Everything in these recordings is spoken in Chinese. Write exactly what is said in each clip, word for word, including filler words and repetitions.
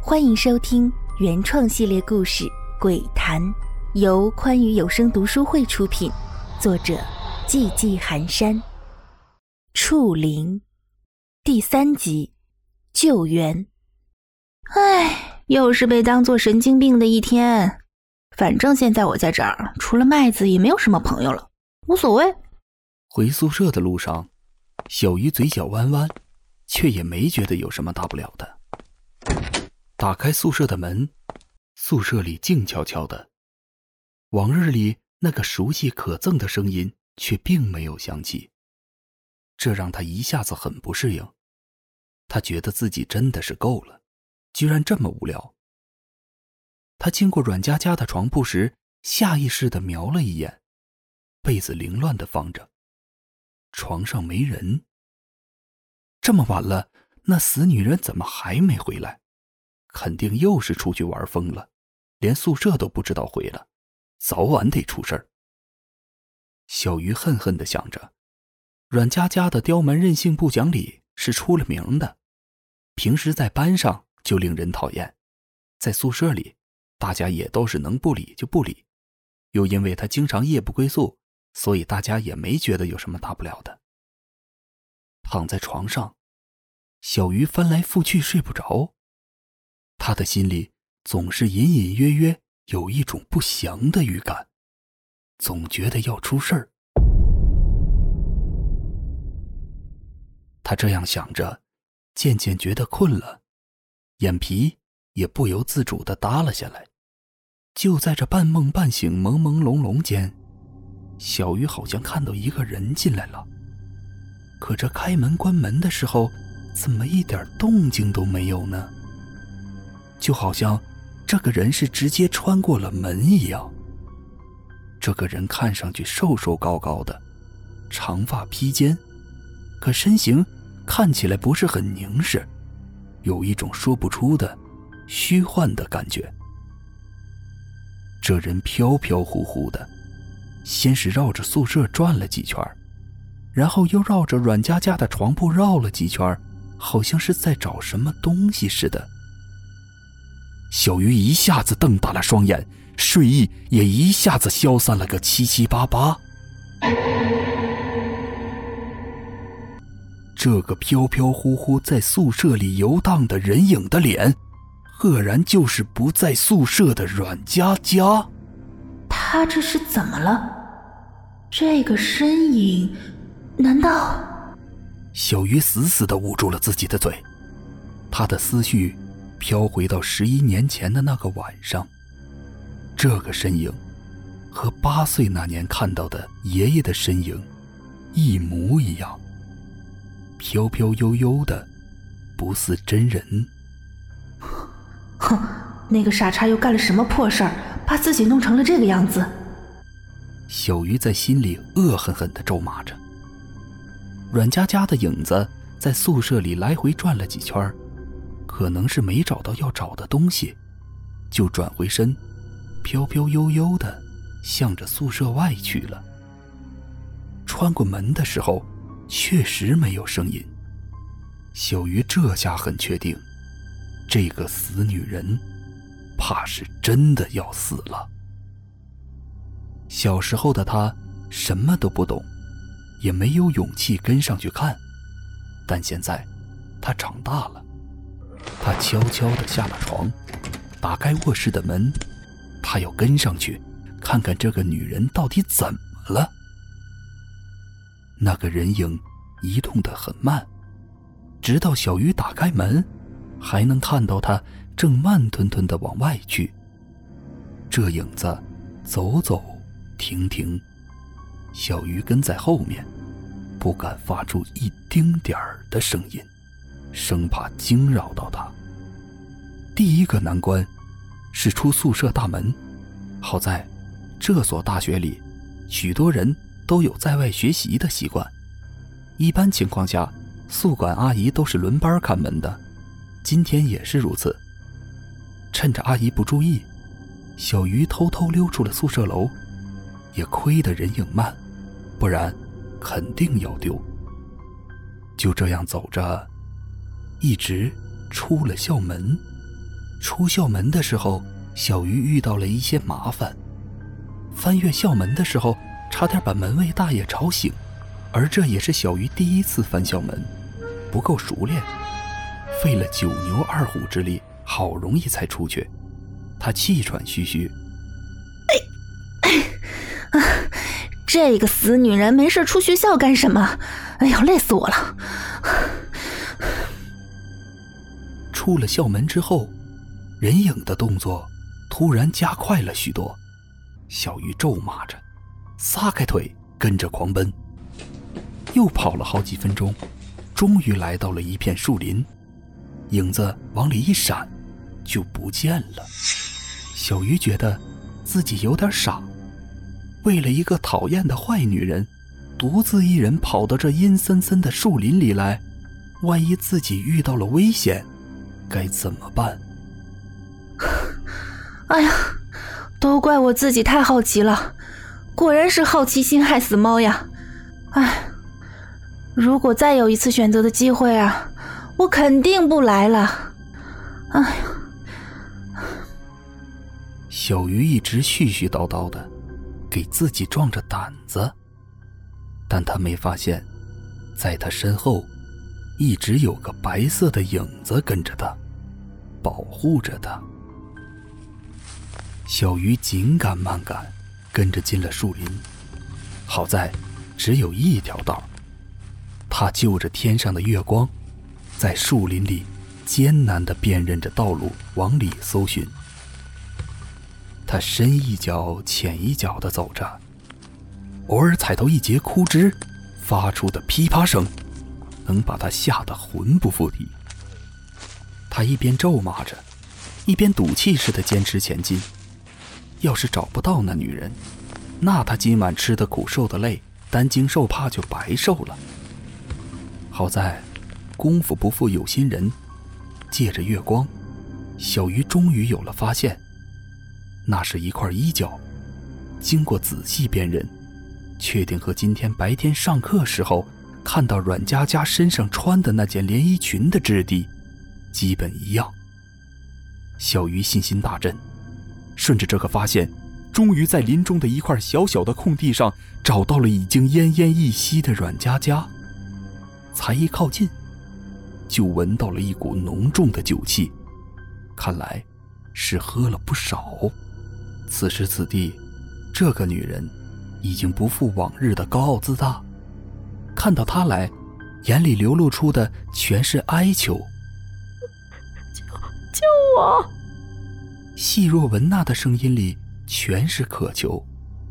欢迎收听原创系列故事《鬼谈》，由宽语有声读书会出品，作者寂寂寒山。触灵第三集，救援。唉，又是被当作神经病的一天。反正现在我在这儿，除了麦子也没有什么朋友了，无所谓。 回宿舍的路上，小鱼嘴角弯弯，却也没觉得有什么大不了的。打开宿舍的门，宿舍里静悄悄的，往日里那个熟悉可憎的声音却并没有响起，这让他一下子很不适应。他觉得自己真的是够了，居然这么无聊。他经过阮佳佳的床铺时，下意识地瞄了一眼，被子凌乱地放着，床上没人。这么晚了，那死女人怎么还没回来？肯定又是出去玩疯了，连宿舍都不知道回了，早晚得出事儿。小鱼恨恨地想着，阮佳佳的刁蛮任性不讲理是出了名的，平时在班上就令人讨厌，在宿舍里大家也都是能不理就不理，又因为他经常夜不归宿，所以大家也没觉得有什么大不了的。躺在床上，小鱼翻来覆去睡不着，他的心里总是隐隐约约有一种不祥的预感，总觉得要出事儿。他这样想着，渐渐觉得困了，眼皮也不由自主地耷了下来。就在这半梦半醒朦朦胧胧间，小鱼好像看到一个人进来了，可这开门关门的时候，怎么一点动静都没有呢？就好像这个人是直接穿过了门一样。这个人看上去瘦瘦高高的，长发披肩，可身形看起来不是很凝实，有一种说不出的虚幻的感觉。这人飘飘忽忽的，先是绕着宿舍转了几圈，然后又绕着阮佳佳的床铺绕了几圈，好像是在找什么东西似的。小鱼一下子瞪大了双眼，睡意也一下子消散了个七七八八。这个飘飘忽忽在宿舍里游荡的人影的脸，赫然就是不在宿舍的阮佳佳。 他这是怎么了？这个身影，难道…… 小鱼死死地捂住了自己的嘴，他的思绪飘回到十一年前的那个晚上，这个身影和八岁那年看到的爷爷的身影一模一样，飘飘悠悠的，不似真人。 哼，那个傻叉又干了什么破事儿，把自己弄成了这个样子？ 小鱼在心里恶狠狠地咒骂着。阮佳佳的影子在宿舍里来回转了几圈，可能是没找到要找的东西，就转回身，飘飘悠悠地向着宿舍外去了。穿过门的时候，确实没有声音。小鱼这下很确定，这个死女人怕是真的要死了。小时候的她什么都不懂，也没有勇气跟上去看，但现在她长大了。她悄悄地下了床，打开卧室的门，她要跟上去看看这个女人到底怎么了。那个人影移动得很慢，直到小鱼打开门，还能看到她正慢吞吞地往外去。这影子走走停停，小鱼跟在后面，不敢发出一丁点儿的声音，生怕惊扰到他。第一个难关是出宿舍大门，好在这所大学里许多人都有在外学习的习惯，一般情况下宿管阿姨都是轮班看门的，今天也是如此。趁着阿姨不注意，小鱼偷偷溜出了宿舍楼，也亏得人影慢，不然肯定要丢。就这样走着，一直出了校门， 出校门的时候，小鱼遇到了一些麻烦。翻越校门的时候，差点把门卫大爷吵醒，而这也是小鱼第一次翻校门，不够熟练，费了九牛二虎之力，好容易才出去。他气喘吁吁。 哎，哎啊，这个死女人没事出学校干什么？哎呦，累死我了！ 出了校门之后，人影的动作突然加快了许多。小鱼咒骂着，撒开腿跟着狂奔。又跑了好几分钟，终于来到了一片树林，影子往里一闪，就不见了。小鱼觉得自己有点傻，为了一个讨厌的坏女人，独自一人跑到这阴森森的树林里来，万一自己遇到了危险，该怎么办？ 哎呀，都怪我自己太好奇了，果然是好奇心害死猫呀！哎，如果再有一次选择的机会啊，我肯定不来了。哎呀， 小鱼一直絮絮叨叨的给自己壮着胆子，但他没发现，在他身后一直有个白色的影子跟着他，保护着他。小鱼紧赶慢赶，跟着进了树林。好在只有一条道，他就着天上的月光，在树林里艰难地辨认着道路往里搜寻。他深一脚浅一脚地走着，偶尔踩到一截枯枝，发出的噼啪声能把他吓得魂不附体。他一边咒骂着，一边赌气似的坚持前进。要是找不到那女人，那他今晚吃的苦受的累，担惊受怕就白受了。好在功夫不负有心人，借着月光，小鱼终于有了发现。那是一块衣角，经过仔细辨认，确定和今天白天上课时候看到阮佳佳身上穿的那件连衣裙的质地基本一样。小鱼信心大振，顺着这个发现，终于在林中的一块小小的空地上找到了已经奄奄一息的阮佳佳。才一靠近，就闻到了一股浓重的酒气，看来是喝了不少。此时此地，这个女人已经不复往日的高傲自大，看到她来，眼里流露出的全是哀求。 救救我！ 细若蚊娜的声音里全是渴求。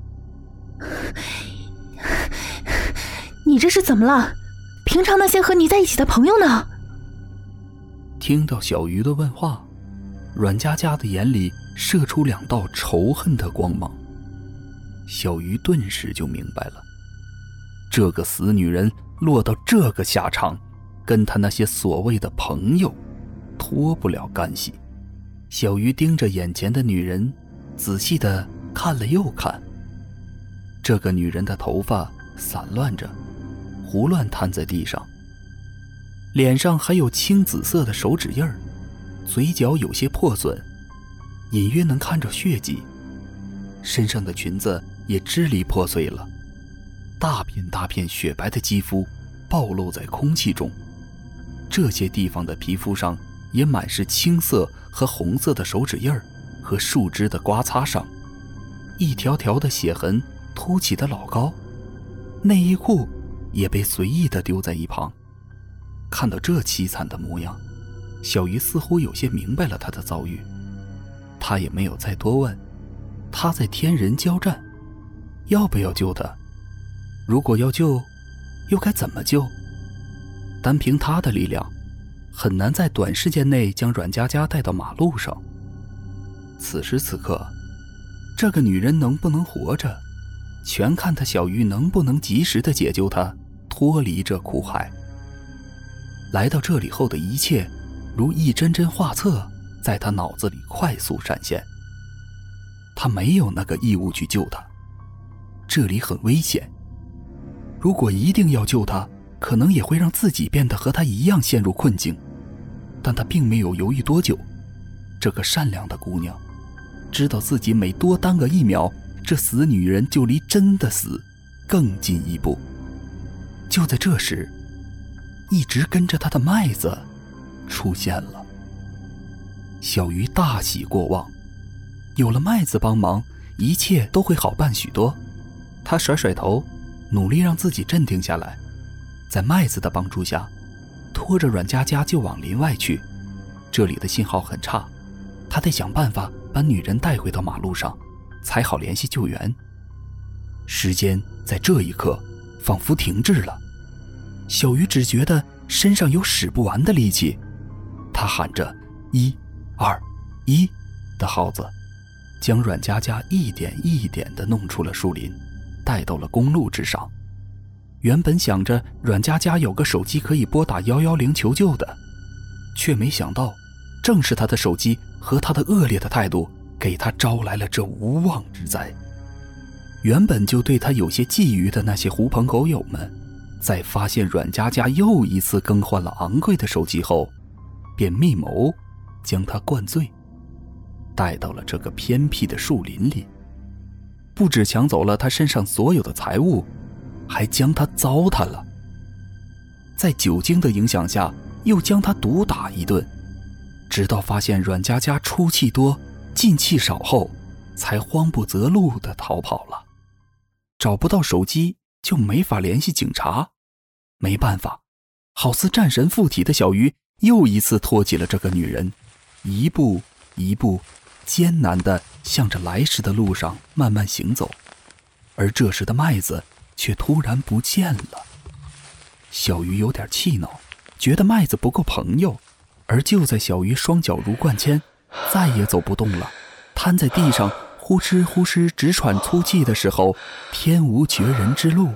你这是怎么了？平常那些和你在一起的朋友呢？ 听到小鱼的问话，阮佳佳的眼里射出两道仇恨的光芒。小鱼顿时就明白了，这个死女人落到这个下场，跟她那些所谓的朋友脱不了干系。小鱼盯着眼前的女人，仔细地看了又看。这个女人的头发散乱着，胡乱摊在地上，脸上还有青紫色的手指印儿，嘴角有些破损，隐约能看着血迹。身上的裙子也支离破碎了，大片大片雪白的肌肤暴露在空气中，这些地方的皮肤上也满是青色和红色的手指印儿和树枝的刮擦伤，一条条的血痕凸起的老高，内衣裤也被随意地丢在一旁。看到这凄惨的模样，小鱼似乎有些明白了他的遭遇，他也没有再多问。他在天人交战，要不要救他？如果要救，又该怎么救？单凭他的力量，很难在短时间内将阮佳佳带到马路上。此时此刻，这个女人能不能活着，全看他小鱼能不能及时地解救她，脱离这苦海。来到这里后的一切，如一帧帧画册，在他脑子里快速闪现。他没有那个义务去救她，这里很危险。如果一定要救她，可能也会让自己变得和她一样陷入困境。但他并没有犹豫多久， 这个善良的姑娘，知道自己每多耽搁一秒，这死女人就离真的死更近一步。就在这时，一直跟着她的麦子出现了。小鱼大喜过望，有了麦子帮忙，一切都会好办许多。他甩甩头，努力让自己镇定下来，在麦子的帮助下，拖着阮佳佳就往林外去。这里的信号很差，他得想办法把女人带回到马路上，才好联系救援。时间在这一刻仿佛停滞了，小鱼只觉得身上有使不完的力气。他喊着一二一的号子，将阮佳佳一点一点地弄出了树林，带到了公路之上。原本想着阮佳佳有个手机可以拨打一一零求救的，却没想到正是他的手机和他的恶劣的态度给他招来了这无妄之灾。原本就对他有些觊觎的那些狐朋狗友们，在发现阮佳佳又一次更换了昂贵的手机后，便密谋将他灌醉，带到了这个偏僻的树林里，不只抢走了他身上所有的财物，还将他糟蹋了。在酒精的影响下，又将他毒打一顿，直到发现阮佳佳出气多进气少后，才慌不择路地逃跑了。找不到手机就没法联系警察，没办法，好似战神附体的小鱼又一次拖起了这个女人，一步一步艰难地向着来时的路上慢慢行走。而这时的麦子却突然不见了。小鱼有点气恼，觉得麦子不够朋友。而就在小鱼双脚如灌铅，再也走不动了，瘫在地上呼哧呼哧直喘粗气的时候，天无绝人之路。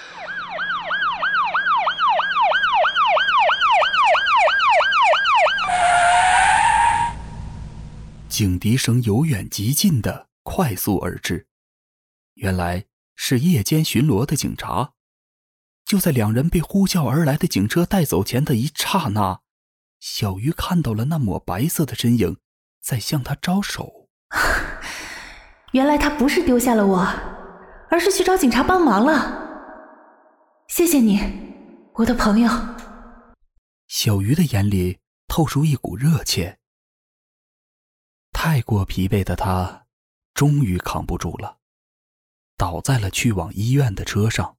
警笛声由远及近的快速而至，原来是夜间巡逻的警察。就在两人被呼啸而来的警车带走前的一刹那，小鱼看到了那抹白色的身影在向他招手。 原来他不是丢下了我，而是去找警察帮忙了。谢谢你，我的朋友。 小鱼的眼里透出一股热切。太过疲惫的他终于扛不住了，倒在了去往医院的车上。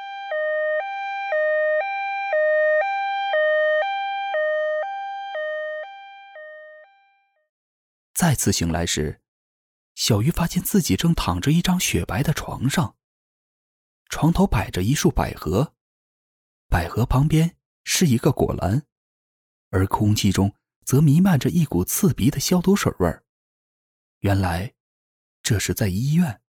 再次醒来时，小鱼发现自己正躺着一张雪白的床上，床头摆着一束百合，百合旁边是一个果篮，而空气中则弥漫着一股刺鼻的消毒水味儿。原来这是在医院。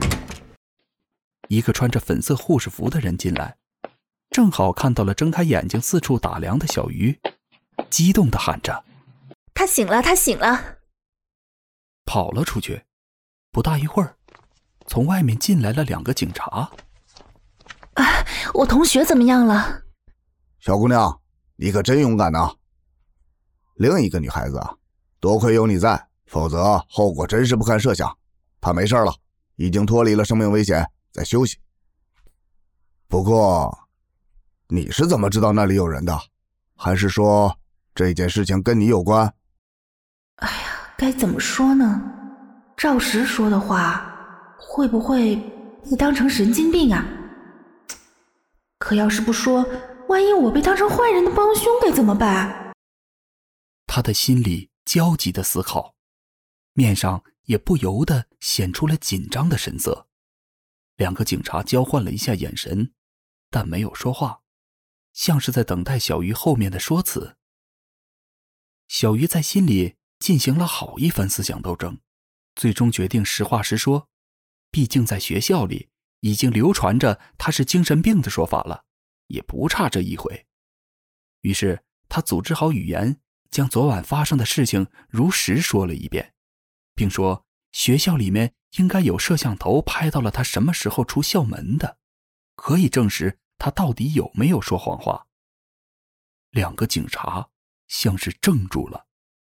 一个穿着粉色护士服的人进来，正好看到了睁开眼睛四处打量的小鱼，激动地喊着： 他醒了，他醒了！ 跑了出去。不大一会儿，从外面进来了两个警察。 啊，我同学怎么样了？ 小姑娘，你可真勇敢呐！另一个女孩子啊，多亏有你在，否则后果真是不堪设想。她没事了，已经脱离了生命危险，在休息。不过，你是怎么知道那里有人的？还是说这件事情跟你有关？ 哎呀，该怎么说呢？照实说的话，会不会被当成神经病啊？可要是不说，万一我被当成坏人的帮凶该怎么办？ 他的心里焦急的思考，面上也不由得显出了紧张的神色。两个警察交换了一下眼神，但没有说话，像是在等待小鱼后面的说辞。小鱼在心里进行了好一番思想斗争，最终决定实话实说，毕竟在学校里已经流传着他是精神病的说法了，也不差这一回。于是他组织好语言，将昨晚发生的事情如实说了一遍，并说学校里面应该有摄像头拍到了他什么时候出校门的，可以证实他到底有没有说谎话。两个警察像是怔住了，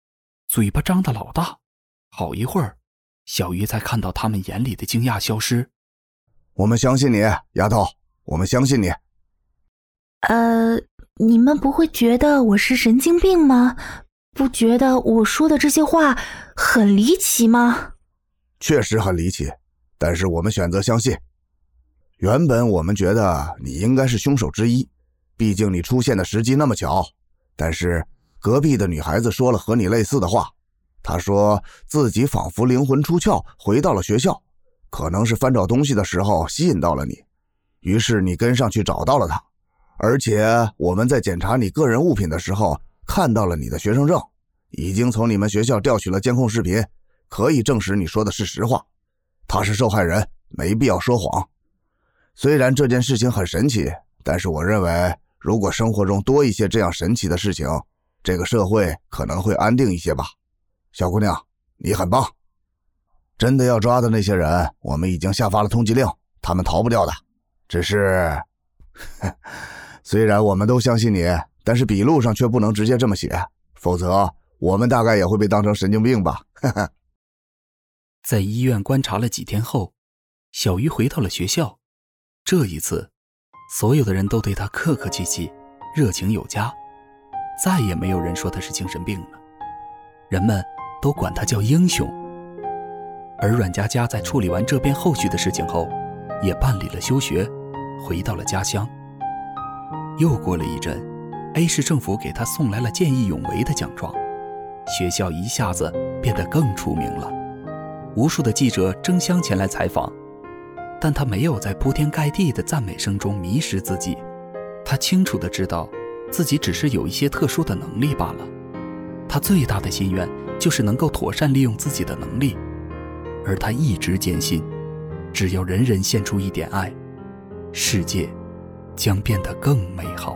嘴巴张得老大。好一会儿，小鱼才看到他们眼里的惊讶消失。 我们相信你，丫头，我们相信你。 呃，你们不会觉得我是神经病吗？不觉得我说的这些话很离奇吗？ 确实很离奇，但是我们选择相信。原本我们觉得你应该是凶手之一，毕竟你出现的时机那么巧。但是隔壁的女孩子说了和你类似的话，她说自己仿佛灵魂出窍回到了学校，可能是翻找东西的时候吸引到了你，于是你跟上去找到了她。而且我们在检查你个人物品的时候看到了你的学生证，已经从你们学校调取了监控视频，可以证实你说的是实话。她是受害人，没必要说谎。虽然这件事情很神奇，但是我认为如果生活中多一些这样神奇的事情，这个社会可能会安定一些吧。小姑娘，你很棒。真的要抓的那些人，我们已经下发了通缉令，他们逃不掉的。只是虽然我们都相信你，但是笔录上却不能直接这么写，否则我们大概也会被当成神经病吧。 在医院观察了几天后，小鱼回到了学校。这一次，所有的人都对他客客气气，热情有加，再也没有人说他是精神病了。人们都管他叫英雄。而阮佳佳在处理完这边后续的事情后，也办理了休学，回到了家乡。又过了一阵， A 市政府给他送来了见义勇为的奖状，学校一下子变得更出名了。无数的记者争相前来采访，但他没有在铺天盖地的赞美声中迷失自己。他清楚地知道自己只是有一些特殊的能力罢了。他最大的心愿就是能够妥善利用自己的能力，而他一直坚信，只要人人献出一点爱，世界将变得更美好。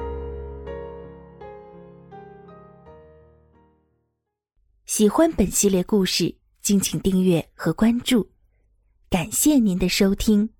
喜欢本系列故事，敬请订阅和关注。感谢您的收听。